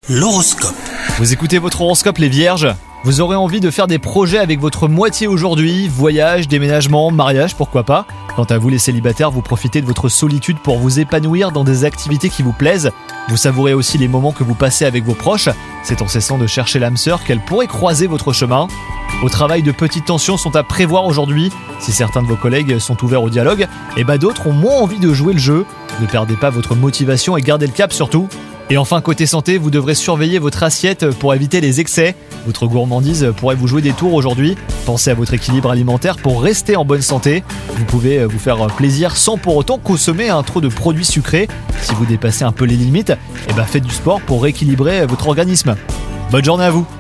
L'horoscope. Vous écoutez votre horoscope les vierges ? Vous aurez envie de faire des projets avec votre moitié aujourd'hui, voyage, déménagement, mariage, pourquoi pas. Quant à vous les célibataires, vous profitez de votre solitude pour vous épanouir dans des activités qui vous plaisent. Vous savourez aussi les moments que vous passez avec vos proches. C'est en cessant de chercher l'âme sœur qu'elle pourrait croiser votre chemin. Au travail, de petites tensions sont à prévoir aujourd'hui. Si certains de vos collègues sont ouverts au dialogue, d'autres ont moins envie de jouer le jeu. Ne perdez pas votre motivation et gardez le cap surtout. Et enfin, côté santé, vous devrez surveiller votre assiette pour éviter les excès. Votre gourmandise pourrait vous jouer des tours aujourd'hui. Pensez à votre équilibre alimentaire pour rester en bonne santé. Vous pouvez vous faire plaisir sans pour autant consommer trop de produits sucrés. Si vous dépassez un peu les limites, faites du sport pour rééquilibrer votre organisme. Bonne journée à vous!